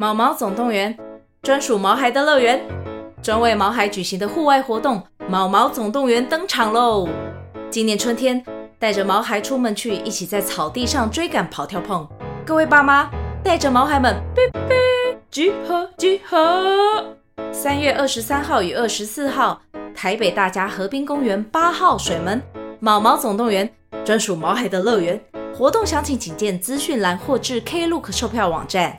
毛毛总动员，专属毛孩的乐园，专为毛孩举行的户外活动毛毛总动员登场喽！今年春天，带着毛孩出门去，一起在草地上追赶跑跳碰。各位爸妈，带着毛孩们集合集合！3月23号与24号，台北大家河滨公园8号水门毛毛总动员，专属毛孩的乐园。活动详情请见资讯栏或至 Klook 售票网站。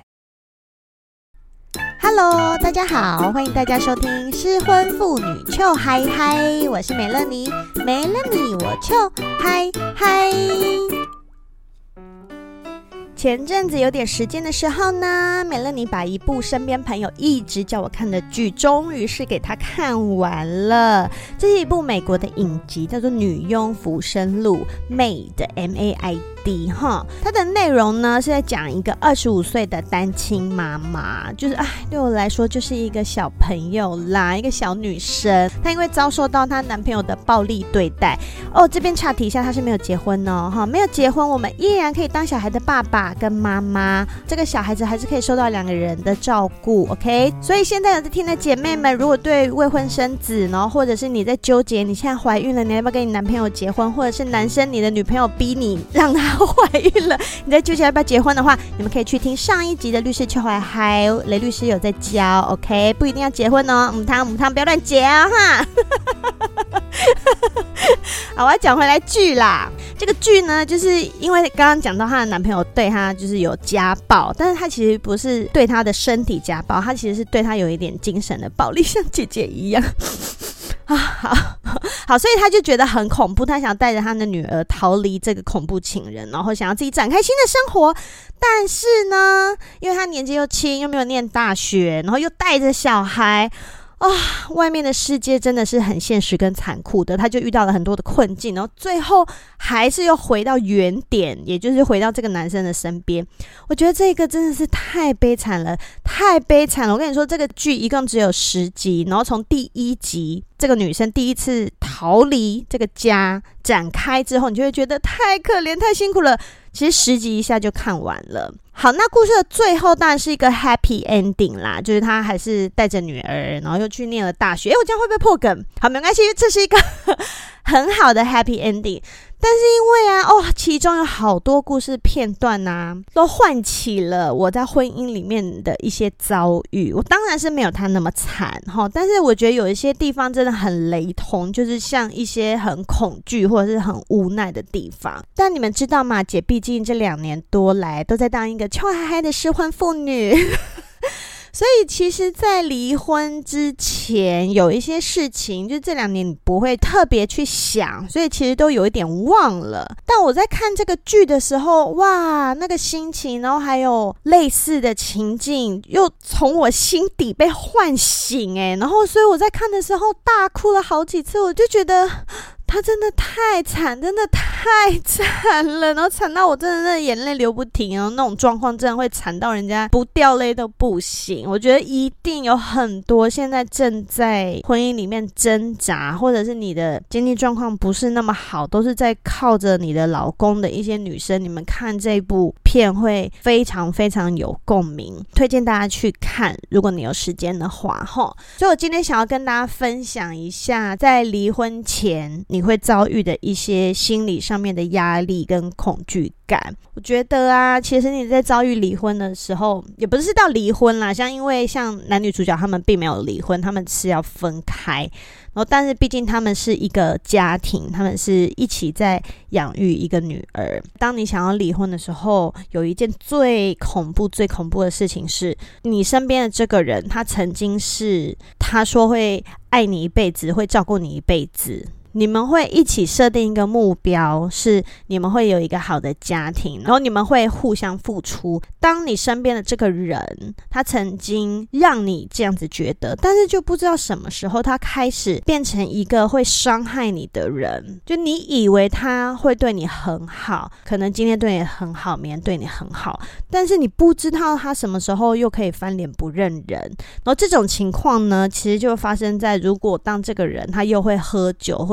Hello， 大家好，欢迎大家收听失婚妇女秋嗨嗨，我是美乐妮，没了你我秋嗨嗨。前阵子有点时间的时候呢，美乐妮把一部身边朋友一直叫我看的剧，终于是给他看完了。这是一部美国的影集，叫做《女佣浮生录》，Maid M-A-I-D 哈。它的内容呢是在讲一个25岁的单亲妈妈，就是对我来说就是一个小朋友啦，一个小女生。她因为遭受到她男朋友的暴力对待，这边岔题一下，她是没有结婚哦，哈，没有结婚，我们依然可以当小孩的爸爸跟妈妈，这个小孩子还是可以受到2个人的照顾 ，OK？ 所以现在有在听的姐妹们，如果对未婚生子，然后或者是你在纠结你现在怀孕了，你要不要跟你男朋友结婚，或者是男生你的女朋友逼你让她怀孕了，你在纠结要不要结婚的话，你们可以去听上一集的律师秋怀嗨，雷律师有在教 ，OK？ 不一定要结婚哦，母汤不要乱结哦哈。好，我要讲回来剧啦。这个剧呢，就是因为刚刚讲到她的男朋友对她就是有家暴，但是她其实不是对她的身体家暴，她其实是对她有一点精神的暴力，像姐姐一样。好，所以他就觉得很恐怖，他想带着他的女儿逃离这个恐怖情人，然后想要自己展开新的生活。但是呢，因为他年纪又轻，又没有念大学，然后又带着小孩。外面的世界真的是很现实跟残酷的，他就遇到了很多的困境，然后最后还是又回到原点，也就是回到这个男生的身边。我觉得这个真的是太悲惨了，太悲惨了。我跟你说，这个剧一共只有10集，然后从第1集这个女生第一次逃离这个家展开之后，你就会觉得太可怜太辛苦了。其实10集一下就看完了。好，那故事的最后当然是一个 happy ending 啦，就是他还是带着女儿，然后又去念了大学。我这样会不会破梗？好，没关系，这是一个很好的 happy ending。但是因为其中有好多故事片段都唤起了我在婚姻里面的一些遭遇。我当然是没有他那么惨但是我觉得有一些地方真的很雷同，就是像一些很恐惧或者是很无奈的地方。但你们知道吗？姐毕竟这2年多来都在当一个秋嗨嗨的失婚妇女。所以其实在离婚之前有一些事情，就这2年你不会特别去想，所以其实都有一点忘了。但我在看这个剧的时候，哇，那个心情，然后还有类似的情境又从我心底被唤醒然后所以我在看的时候大哭了好几次。我就觉得他真的太惨，真的太惨了，然后惨到我真的眼泪流不停，然后那种状况真的会惨到人家不掉泪都不行。我觉得一定有很多现在正在婚姻里面挣扎，或者是你的经济状况不是那么好，都是在靠着你的老公的一些女生，你们看这部片会非常非常有共鸣，推荐大家去看，如果你有时间的话所以我今天想要跟大家分享一下在离婚前你会遭遇的一些心理上面的压力跟恐惧感。我觉得其实你在遭遇离婚的时候，也不是到离婚啦，因为像男女主角他们并没有离婚，他们是要分开，然后但是毕竟他们是一个家庭，他们是一起在养育一个女儿。当你想要离婚的时候，有一件最恐怖的事情是，你身边的这个人他曾经是他说会爱你一辈子，会照顾你一辈子，你们会一起设定一个目标，是你们会有一个好的家庭，然后你们会互相付出。当你身边的这个人他曾经让你这样子觉得，但是就不知道什么时候他开始变成一个会伤害你的人。就你以为他会对你很好，可能今天对你很好，明天对你很好，但是你不知道他什么时候又可以翻脸不认人。然后这种情况呢，其实就发生在如果当这个人他又会喝酒，或者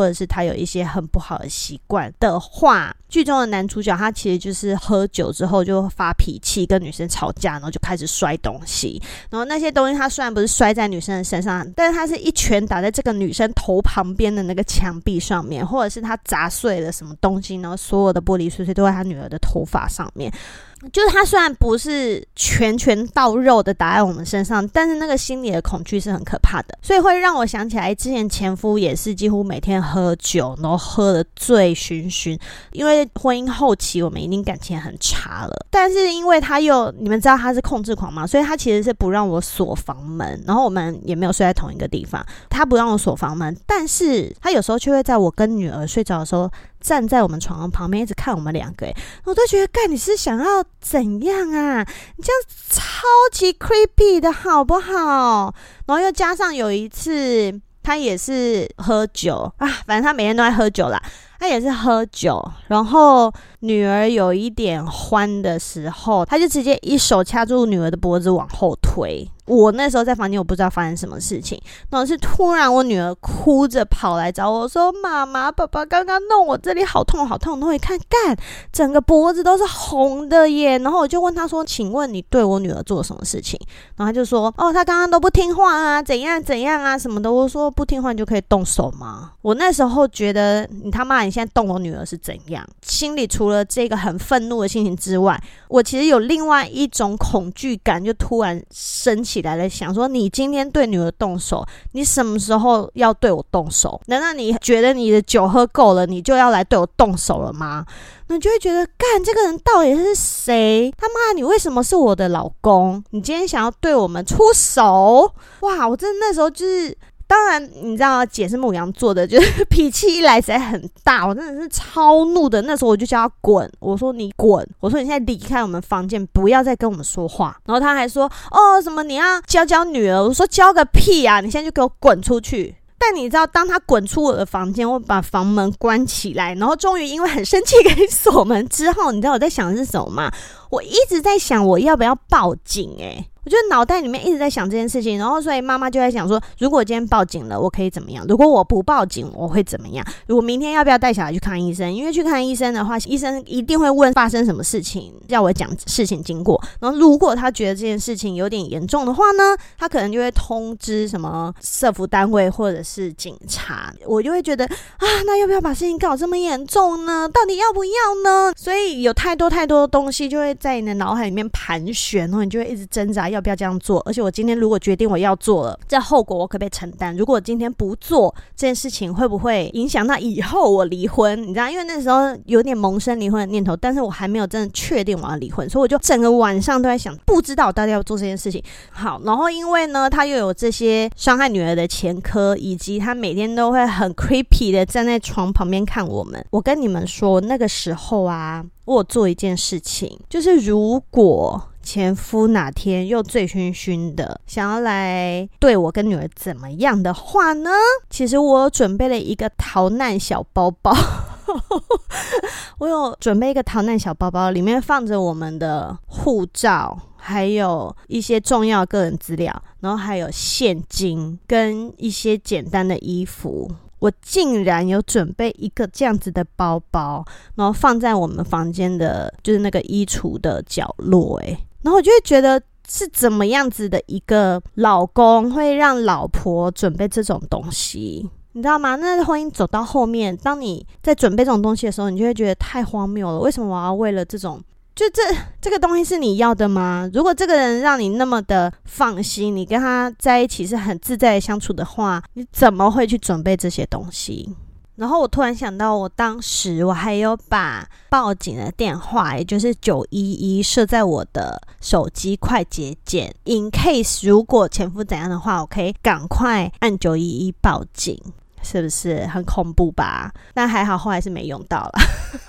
者是他有一些很不好的习惯的话，剧中的男主角他其实就是喝酒之后就发脾气，跟女生吵架，然后就开始摔东西，然后那些东西他虽然不是摔在女生的身上，但是他是一拳打在这个女生头旁边的那个墙壁上面，或者是他砸碎了什么东西，然后所有的玻璃碎碎都在他女儿的头发上面。就是他虽然不是拳到肉的打在我们身上，但是那个心理的恐惧是很可怕的，所以会让我想起来之前前夫也是几乎每天喝酒，然后喝得醉醺醺，因为婚姻后期我们已经感情很差了，但是因为他又你们知道他是控制狂嘛，所以他其实是不让我锁房门，然后我们也没有睡在同一个地方，他不让我锁房门，但是他有时候却会在我跟女儿睡着的时候站在我们床的旁边一直看我们两个，我都觉得干你是想要怎样啊，你这样超级 creepy 的好不好。然后又加上有一次他也是喝酒啊，反正他每天都在喝酒啦，他也是喝酒，然后女儿有一点欢的时候，他就直接一手掐住女儿的脖子往后推。我那时候在房间，我不知道发生什么事情，然后是突然我女儿哭着跑来找我说，妈妈爸爸刚刚弄我这里好痛好痛，然后我一看干整个脖子都是红的耶，然后我就问他说，请问你对我女儿做什么事情？然后他就说，哦，他刚刚都不听话啊，怎样怎样啊什么的。我说不听话你就可以动手吗？我那时候觉得你他妈你现在动我女儿是怎样，心里除了这个很愤怒的心情之外，我其实有另外一种恐惧感就突然升起来了，想说你今天对女儿动手，你什么时候要对我动手？难道你觉得你的酒喝够了你就要来对我动手了吗？那你就会觉得干这个人到底是谁？他妈你为什么是我的老公？你今天想要对我们出手？哇，我真的那时候就是当然你知道姐是牡羊座的，就是脾气一来实在很大，我真的是超怒的。那时候我就叫他滚，我说你滚，我说你现在离开我们房间，不要再跟我们说话。然后他还说哦什么你要教女儿，我说教个屁啊，你现在就给我滚出去。但你知道当他滚出我的房间，我把房门关起来，然后终于因为很生气给锁门之后，你知道我在想的是什么吗？我一直在想我要不要报警我就脑袋里面一直在想这件事情，然后所以妈妈就在想说，如果今天报警了我可以怎么样，如果我不报警我会怎么样，如果明天要不要带小孩去看医生，因为去看医生的话医生一定会问发生什么事情，要我讲事情经过，然后如果他觉得这件事情有点严重的话呢，他可能就会通知什么社福单位或者是警察。我就会觉得啊，那要不要把事情搞这么严重呢？到底要不要呢？所以有太多的东西就会在你的脑海里面盘旋，然后你就会一直挣扎要不要这样做，而且我今天如果决定我要做了，这后果我可不可以承担？如果我今天不做这件事情，会不会影响到以后我离婚？你知道因为那时候有点萌生离婚的念头，但是我还没有真的确定我要离婚，所以我就整个晚上都在想，不知道我到底要做这件事情。好，然后因为呢他又有这些伤害女儿的前科，以及他每天都会很 creepy 的站在床旁边看我们。我跟你们说那个时候啊，我有做一件事情，就是如果前夫哪天又醉醺醺的想要来对我跟女儿怎么样的话呢，其实我有准备了一个逃难小包包我有准备一个逃难小包包，里面放着我们的护照，还有一些重要个人资料，然后还有现金跟一些简单的衣服。我竟然有准备一个这样子的包包，然后放在我们房间的就是那个衣橱的角落然后我就会觉得是怎么样子的一个老公会让老婆准备这种东西，你知道吗？那婚姻走到后面，当你在准备这种东西的时候，你就会觉得太荒谬了，为什么我要为了这种就这个东西是你要的吗？如果这个人让你那么的放心，你跟他在一起是很自在的相处的话，你怎么会去准备这些东西？然后我突然想到，我当时我还有把报警的电话，也就是911设在我的手机快捷键 ，in case 如果前夫怎样的话，我可以赶快按911报警，是不是很恐怖吧？但还好后来是没用到了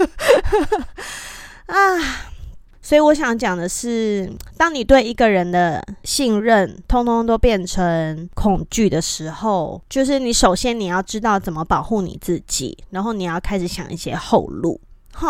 所以我想讲的是，当你对一个人的信任通通都变成恐惧的时候，就是你首先你要知道怎么保护你自己，然后你要开始想一些后路。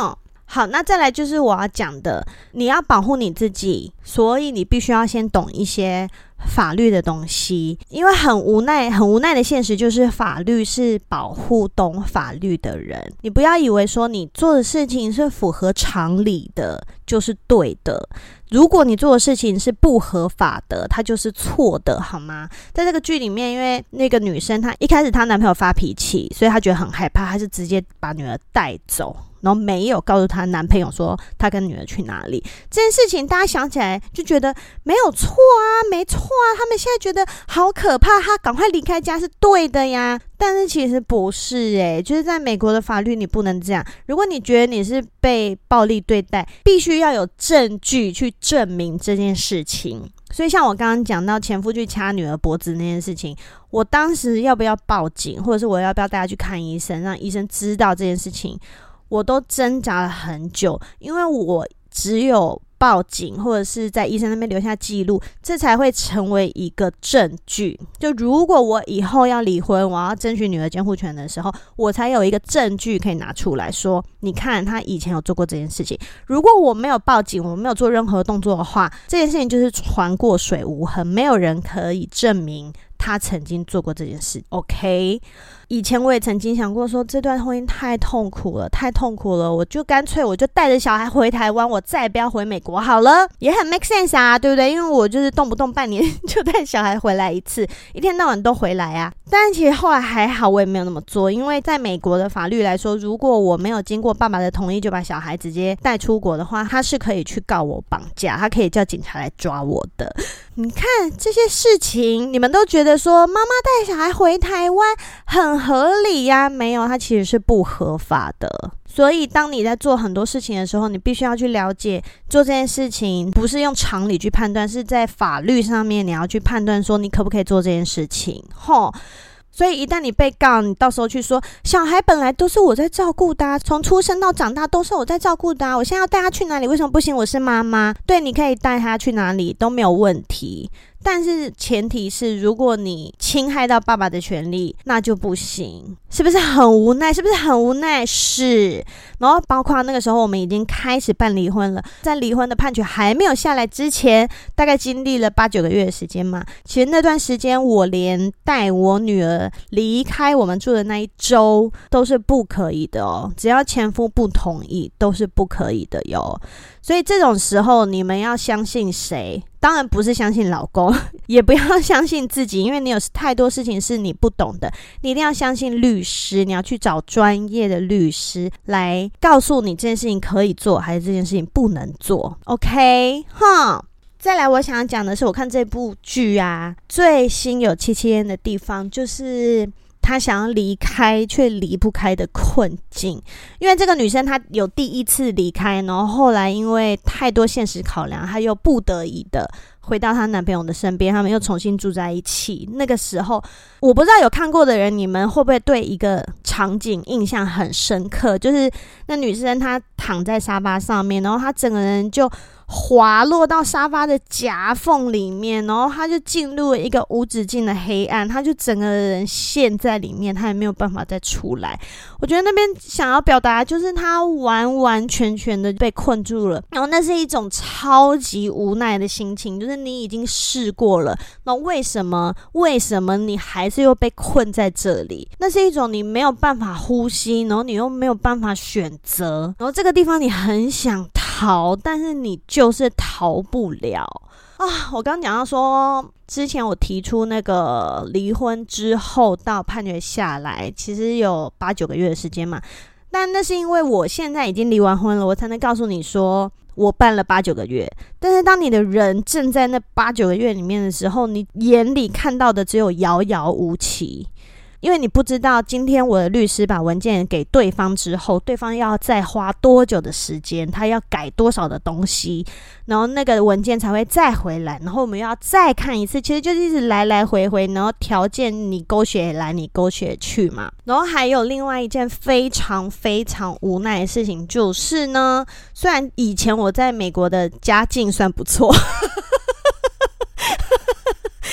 好，那再来就是我要讲的，你要保护你自己，所以你必须要先懂一些法律的东西，因为很无奈的现实就是法律是保护懂法律的人。你不要以为说你做的事情是符合常理的就是对的，如果你做的事情是不合法的，它就是错的，好吗？在这个剧里面，因为那个女生她一开始她男朋友发脾气，所以她觉得很害怕，她是直接把女儿带走，然后没有告诉她男朋友说她跟女儿去哪里。这件事情大家想起来就觉得没有错啊，没错啊，他们现在觉得好可怕，她赶快离开家是对的呀。但是其实不是就是在美国的法律你不能这样。如果你觉得你是被暴力对待，必须要有证据去证明这件事情。所以像我刚刚讲到前夫去掐女儿脖子那件事情，我当时要不要报警，或者是我要不要带她去看医生，让医生知道这件事情，我都挣扎了很久，因为我只有报警或者是在医生那边留下记录，这才会成为一个证据。就如果我以后要离婚，我要争取女儿监护权的时候，我才有一个证据可以拿出来说，你看他以前有做过这件事情。如果我没有报警，我没有做任何动作的话，这件事情就是船过水无痕，没有人可以证明他曾经做过这件事。 OK， 以前我也曾经想过说，这段婚姻太痛苦了，我就干脆带着小孩回台湾，我再也不要回美国好了，也很 make sense 啊，对不对？因为我就是动不动半年就带小孩回来一次，一天到晚都回来啊。但其实后来还好，我也没有那么做，因为在美国的法律来说，如果我没有经过爸爸的同意就把小孩直接带出国的话，他是可以去告我绑架，他可以叫警察来抓我的。你看这些事情，你们都觉得说妈妈带小孩回台湾很合理呀，没有，它其实是不合法的。所以当你在做很多事情的时候，你必须要去了解，做这件事情不是用常理去判断，是在法律上面你要去判断说你可不可以做这件事情。所以一旦你被告，你到时候去说小孩本来都是我在照顾的从出生到长大都是我在照顾的我现在要带他去哪里，为什么不行？我是妈妈。对，你可以带他去哪里都没有问题，但是前提是如果你侵害到爸爸的权利，那就不行。是不是很无奈？是。然后包括那个时候我们已经开始办离婚了，在离婚的判决还没有下来之前，大概经历了8-9个月的时间嘛。其实那段时间我连带我女儿离开我们住的那一周都是不可以的只要前夫不同意都是不可以的哟。所以这种时候你们要相信谁？当然不是相信老公，也不要相信自己，因为你有太多事情是你不懂的，你一定要相信律师，你要去找专业的律师来告诉你这件事情可以做还是这件事情不能做。 OK 再来我想要讲的是，我看这部剧最心有戚戚焉的地方就是他想要离开却离不开的困境。因为这个女生她有第一次离开，然后后来因为太多现实考量，她又不得已的回到她男朋友的身边，他们又重新住在一起。那个时候我不知道有看过的人，你们会不会对一个场景印象很深刻，就是那女生她躺在沙发上面，然后她整个人就滑落到沙发的夹缝里面，然后他就进入了一个无止境的黑暗，他就整个人陷在里面，他也没有办法再出来。我觉得那边想要表达就是他完完全全的被困住了，然后那是一种超级无奈的心情，就是你已经试过了，那为什么你还是又被困在这里？那是一种你没有办法呼吸，然后你又没有办法选择，然后这个地方你很想逃，但是你就是逃不了我刚讲到说，之前我提出那个离婚之后到判决下来其实有8-9个月的时间嘛，但那是因为我现在已经离完婚了，我才能告诉你说我办了8-9个月。但是当你的人正在那8-9个月里面的时候，你眼里看到的只有遥遥无期，因为你不知道今天我的律师把文件给对方之后，对方要再花多久的时间，他要改多少的东西，然后那个文件才会再回来，然后我们又要再看一次，其实就是一直来来回回，然后条件你勾选来你勾选去嘛。然后还有另外一件非常非常无奈的事情，就是呢，虽然以前我在美国的家境算不错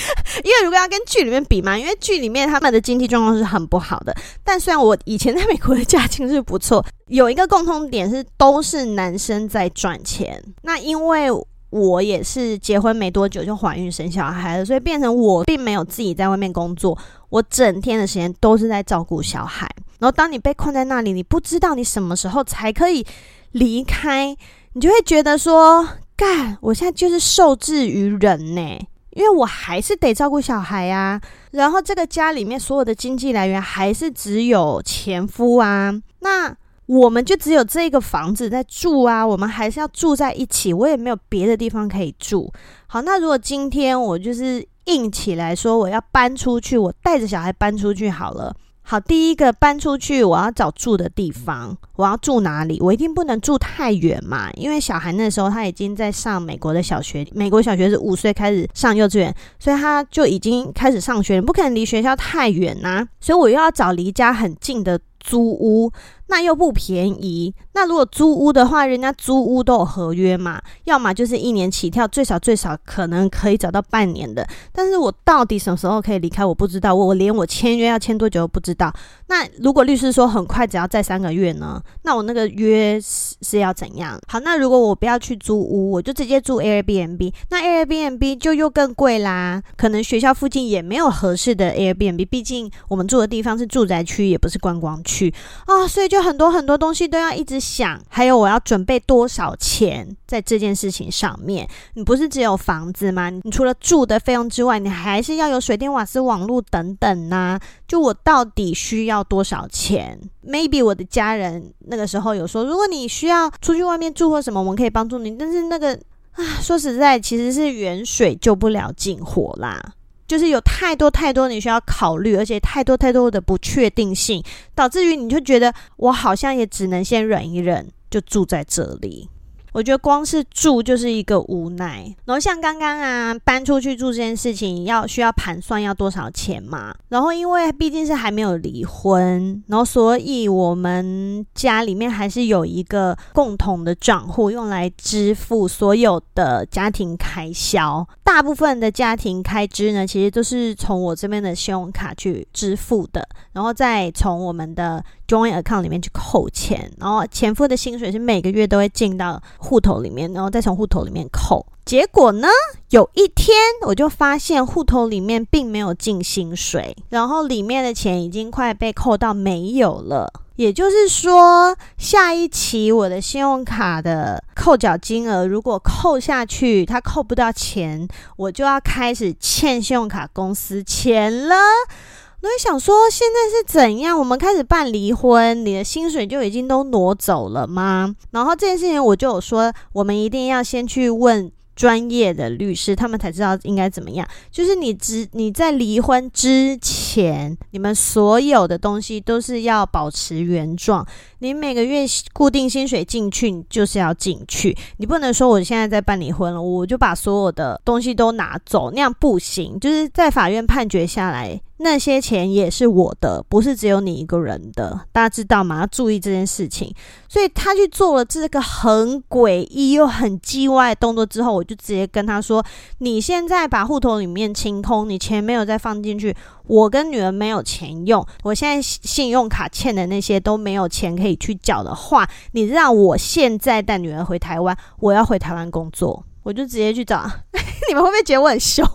因为如果要跟剧里面比嘛，因为剧里面他们的经济状况是很不好的，但虽然我以前在美国的家境是不错，有一个共同点是都是男生在赚钱。那因为我也是结婚没多久就怀孕生小孩了，所以变成我并没有自己在外面工作，我整天的时间都是在照顾小孩。然后当你被困在那里，你不知道你什么时候才可以离开，你就会觉得说干，我现在就是受制于人呢，因为我还是得照顾小孩啊，然后这个家里面所有的经济来源还是只有前夫啊，那我们就只有这个房子在住啊，我们还是要住在一起，我也没有别的地方可以住。好，那如果今天我就是硬起来说我要搬出去，我带着小孩搬出去好了。好，第一个搬出去，我要找住的地方，我要住哪里？我一定不能住太远嘛，因为小孩那时候他已经在上美国的小学，美国小学是5岁开始上幼稚园，所以他就已经开始上学了，不可能离学校太远啊，所以我又要找离家很近的租屋，那又不便宜。那如果租屋的话，人家租屋都有合约嘛，要么就是1年起跳，最少可能可以找到半年的，但是我到底什么时候可以离开我不知道，我连我签约要签多久都不知道。那如果律师说很快只要再3个月呢，那我那个约是要怎样？好，那如果我不要去租屋，我就直接住 Airbnb， 那 Airbnb 就又更贵啦，可能学校附近也没有合适的 Airbnb， 毕竟我们住的地方是住宅区，也不是观光区啊，所以就很多东西都要一直想，还有我要准备多少钱在这件事情上面。你不是只有房子吗？你除了住的费用之外，你还是要有水电瓦斯网络等等啊，就我到底需要多少钱？ maybe 我的家人那个时候有说，如果你需要出去外面住或什么，我们可以帮助你，但是那个说实在其实是远水救不了近火啦，就是有太多你需要考虑，而且太多的不确定性，导致于你就觉得我好像也只能先忍一忍，就住在这里。我觉得光是住就是一个无奈。然后像刚刚搬出去住这件事情需要盘算要多少钱嘛，然后因为毕竟是还没有离婚，然后所以我们家里面还是有一个共同的账户用来支付所有的家庭开销，大部分的家庭开支呢其实都是从我这边的信用卡去支付的，然后再从我们的 joint account 里面去扣钱，然后前夫的薪水是每个月都会进到户头里面，然后再从户头里面扣。结果呢，有一天我就发现户头里面并没有进薪水，然后里面的钱已经快被扣到没有了。也就是说，下一期我的信用卡的扣缴金额如果扣下去，它扣不到钱，我就要开始欠信用卡公司钱了。我就想说现在是怎样，我们开始办离婚，你的薪水就已经都挪走了吗？然后这件事情我就有说，我们一定要先去问专业的律师，他们才知道应该怎么样。就是你在离婚之前，你们所有的东西都是要保持原状，你每个月固定薪水进去，你就是要进去，你不能说我现在在办离婚了，我就把所有的东西都拿走，那样不行。就是在法院判决下来，那些钱也是我的，不是只有你一个人的，大家知道吗？要注意这件事情。所以他去做了这个很诡异又很叽歪的动作之后，我就直接跟他说，你现在把户头里面清空，你钱没有再放进去，我跟女儿没有钱用，我现在信用卡欠的那些都没有钱可以去缴的话，你让我现在带女儿回台湾，我要回台湾工作，我就直接去找你们会不会觉得我很凶？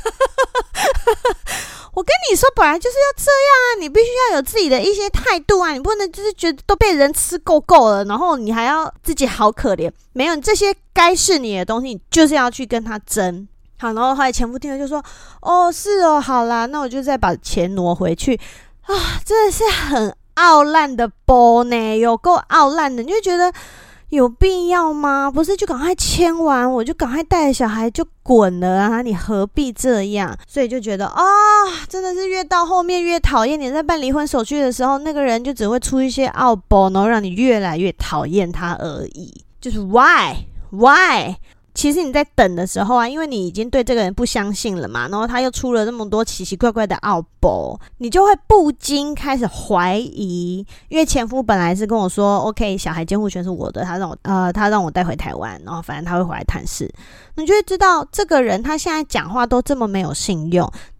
我跟你说本来就是要这样啊，你必须要有自己的一些态度啊，你不能就是觉得都被人吃够了，然后你还要自己好可怜，没有，这些该是你的东西你就是要去跟他争。好，然后后来前夫听了就说，哦是哦，好啦，那我就再把钱挪回去啊，真的是很傲烂的包呢，有够傲烂的，你就觉得有必要吗？不是就赶快签完，我就赶快带着小孩就滚了啊！你何必这样？所以就觉得真的是越到后面越讨厌。你在办离婚手续的时候，那个人就只会出一些傲包，然后让你越来越讨厌他而已。就是 why？ 其实你在等的时候啊，因为你已经对这个人不相信了嘛，然后他又出了那么多奇奇怪怪的傲包，你就会不禁开始怀疑。因为前夫本来是跟我说 OK 小孩监护权是我的，他让我带回台湾，然后反正他会回来探视，你就会知道这个人他现在讲话都这么没有信用，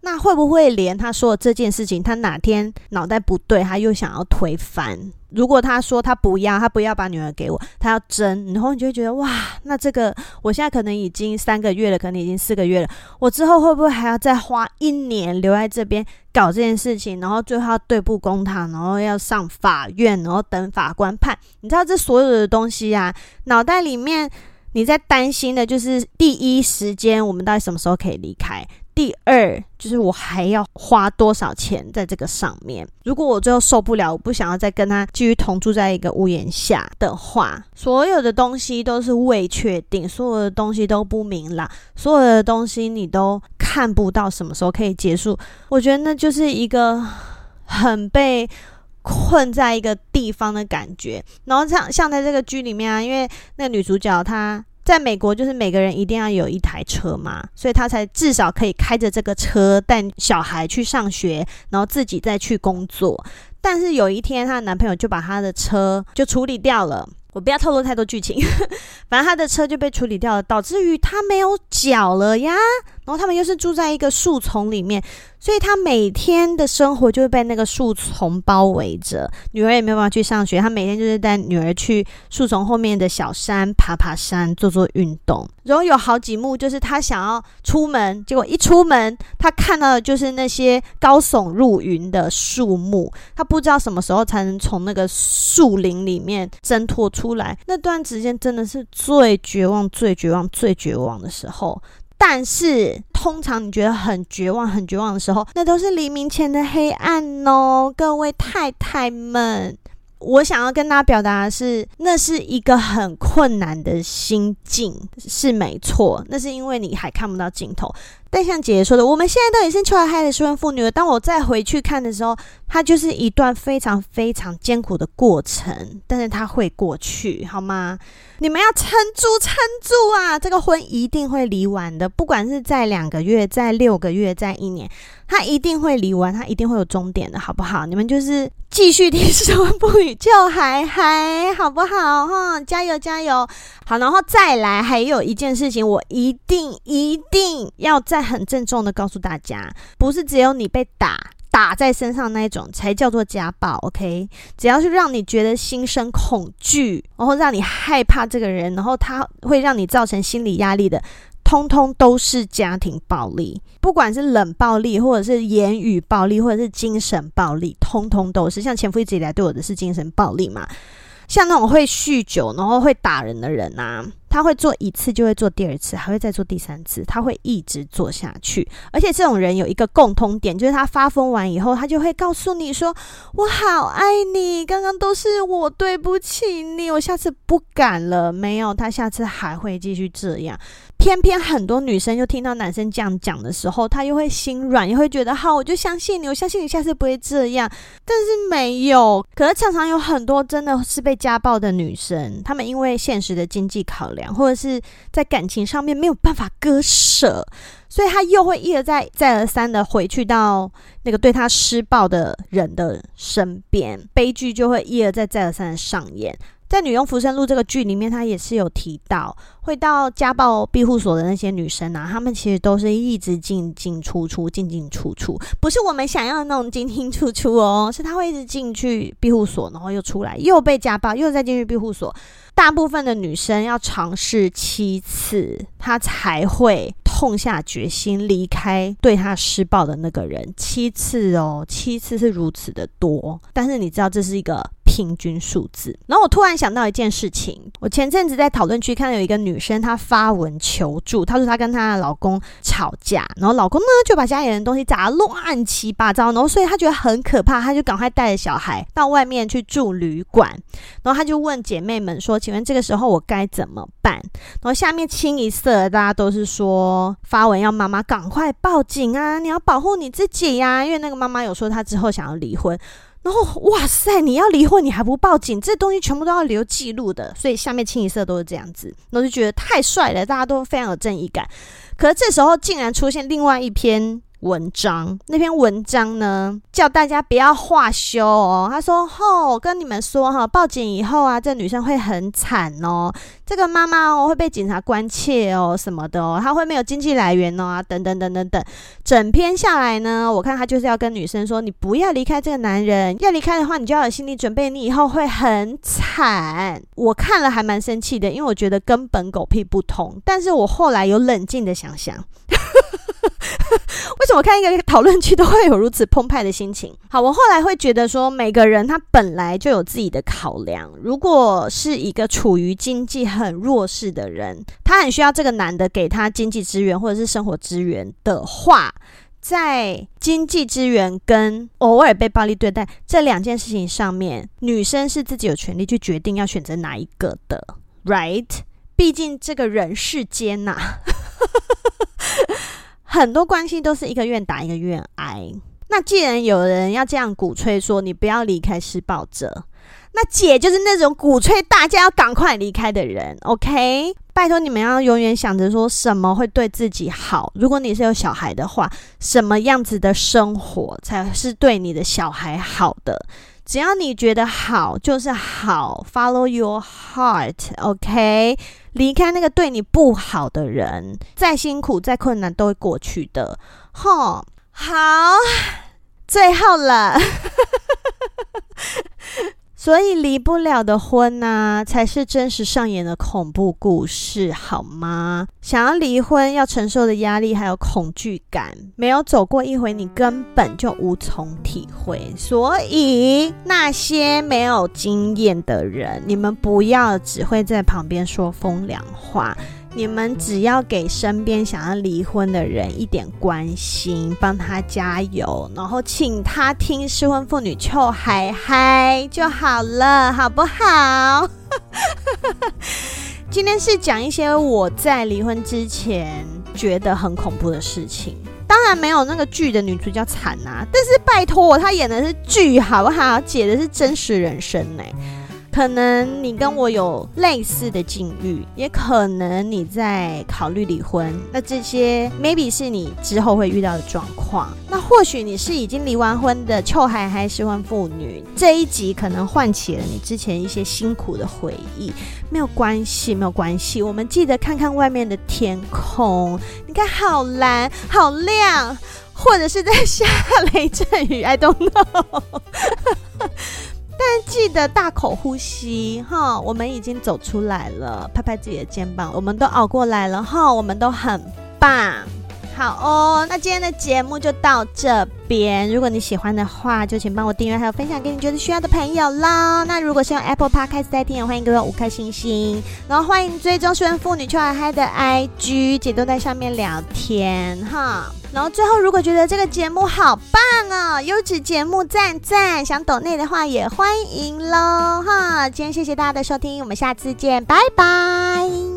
那会不会连他说的这件事情，他哪天脑袋不对，他又想要推翻？如果他说他不要把女儿给我，他要争，然后你就会觉得哇，那这个我现在可能已经3个月了，可能已经4个月了，我之后会不会还要再花1年留在这边搞这件事情，然后最后要对簿公堂，然后要上法院，然后等法官判？你知道这所有的东西啊，脑袋里面你在担心的就是第一时间我们到底什么时候可以离开，第二就是我还要花多少钱在这个上面。如果我最后受不了，我不想要再跟他继续同住在一个屋檐下的话，所有的东西都是未确定，所有的东西都不明朗，所有的东西你都看不到什么时候可以结束。我觉得那就是一个很被困在一个地方的感觉。然后像在这个剧里面啊，因为那个女主角她在美国就是每个人一定要有一台车嘛，所以她才至少可以开着这个车带小孩去上学，然后自己再去工作。但是有一天她的男朋友就把她的车就处理掉了，我不要透露太多剧情反正她的车就被处理掉了，导致于她没有脚了呀。然后他们又是住在一个树丛里面，所以他每天的生活就会被那个树丛包围着。女儿也没有办法去上学，他每天就是带女儿去树丛后面的小山爬山，做运动。然后有好几幕就是他想要出门，结果一出门他看到的就是那些高耸入云的树木，他不知道什么时候才能从那个树林里面挣脱出来。那段时间真的是最绝望的时候。但是通常你觉得很绝望的时候，那都是黎明前的黑暗哦，各位太太们。我想要跟大家表达的是，那是一个很困难的心境，是没错，那是因为你还看不到尽头。但像姐姐说的，我们现在都已经出来嗨的失婚妇女了，当我再回去看的时候，它就是一段非常非常艰苦的过程，但是它会过去，好吗？你们要撑住啊，这个婚一定会离完的，不管是在2个月，在6个月，在1年，它一定会离完，它一定会有终点的，好不好？你们就是继续听失婚妇女就还嗨，好不好？加油加油！好，然后再来还有一件事情，我一定要再很郑重的告诉大家，不是只有你被打在身上那一种才叫做家暴 ，OK？ 只要是让你觉得心生恐惧，然后让你害怕这个人，然后他会让你造成心理压力的，通通都是家庭暴力，不管是冷暴力或者是言语暴力或者是精神暴力，通通都是。像前夫一直以来对我的是精神暴力嘛，像那种会酗酒然后会打人的人啊，他会做1次就会做第2次，还会再做第3次，他会一直做下去。而且这种人有一个共通点，就是他发疯完以后，他就会告诉你说，我好爱你，刚刚都是我对不起你，我下次不敢了。没有，他下次还会继续这样。偏偏很多女生又听到男生这样讲的时候，她又会心软，又会觉得好，我就相信你，我相信你下次不会这样。但是没有，可是常常有很多真的是被家暴的女生，她们因为现实的经济考量，或者是在感情上面没有办法割舍，所以她又会一而再再而三的回去到那个对她施暴的人的身边，悲剧就会一而再再而三的上演。在《女佣浮生录》这个剧里面，她也是有提到，会到家暴庇护所的那些女生啊，她们其实都是一直进进出出，不是我们想要的那种进进出出哦，是她会一直进去庇护所，然后又出来，又被家暴，又再进去庇护所。大部分的女生要尝试7次，她才会痛下决心离开对她施暴的那个人。7次哦，7次是如此的多，但是你知道这是一个平均数字。然后我突然想到一件事情，我前阵子在讨论区看到有一个女生，她发文求助，她说她跟她的老公吵架，然后老公呢就把家里人的东西砸乱七八糟，然后所以她觉得很可怕，她就赶快带着小孩到外面去住旅馆，然后她就问姐妹们说，请问这个时候我该怎么办？然后下面清一色大家都是说发文要妈妈赶快报警啊，你要保护你自己啊，因为那个妈妈有说她之后想要离婚。然后哇塞，你要离婚你还不报警，这东西全部都要留记录的，所以下面清一色都是这样子，我就觉得太帅了，大家都非常有正义感。可是这时候竟然出现另外一篇文章，那篇文章呢叫大家不要话休哦。他说我跟你们说报警以后啊，这女生会很惨哦，这个妈妈会被警察关切哦什么的哦，她会没有经济来源哦等等等等等。整篇下来呢，我看他就是要跟女生说，你不要离开这个男人，要离开的话你就要有心理准备，你以后会很惨。我看了还蛮生气的，因为我觉得根本狗屁不通，但是我后来有冷静的想想为什么看一个讨论区都会有如此澎湃的心情？好，我后来会觉得说，每个人他本来就有自己的考量。如果是一个处于经济很弱势的人，他很需要这个男的给他经济资源或者是生活资源的话，在经济资源跟偶尔被暴力对待这两件事情上面，女生是自己有权利去决定要选择哪一个的 right？ 毕竟这个人世间很多关系都是一个愿打一个愿挨。那既然有人要这样鼓吹说你不要离开施暴者，那姐就是那种鼓吹大家要赶快离开的人 OK？ 拜托你们要永远想着说什么会对自己好。如果你是有小孩的话，什么样子的生活才是对你的小孩好的？只要你觉得好就是好， follow your heart OK？ 离开那个对你不好的人，再辛苦再困难都会过去的好，最后了所以离不了的婚才是真实上演的恐怖故事好吗？想要离婚要承受的压力还有恐惧感，没有走过一回你根本就无从体会。所以那些没有经验的人，你们不要只会在旁边说风凉话，你们只要给身边想要离婚的人一点关心，帮他加油，然后请他听失婚妇女臭嗨嗨就好了，好不好？今天是讲一些我在离婚之前觉得很恐怖的事情，当然没有那个剧的女主角惨但是拜托她演的是剧好不好？姐的是真实人生可能你跟我有类似的境遇，也可能你在考虑离婚，那这些 maybe 是你之后会遇到的状况。那或许你是已经离完婚的臭嗨嗨失婚妇女，这一集可能唤起了你之前一些辛苦的回忆。没有关系，没有关系，我们记得看看外面的天空，你看好蓝好亮，或者是在下雷阵雨 I don't know 但记得大口呼吸我们已经走出来了，拍拍自己的肩膀，我们都熬过来了我们都很棒。好那今天的节目就到这边，如果你喜欢的话就请帮我订阅还有分享给你觉得需要的朋友啦。那如果是用 Apple Podcast 在听，欢迎给我5颗星星，然后欢迎追踪失婚妇女臭嗨嗨的 IG， 姐都在上面聊天然后最后如果觉得这个节目好棒优质节目赞赞，想抖内的话也欢迎咯今天谢谢大家的收听，我们下次见，拜拜。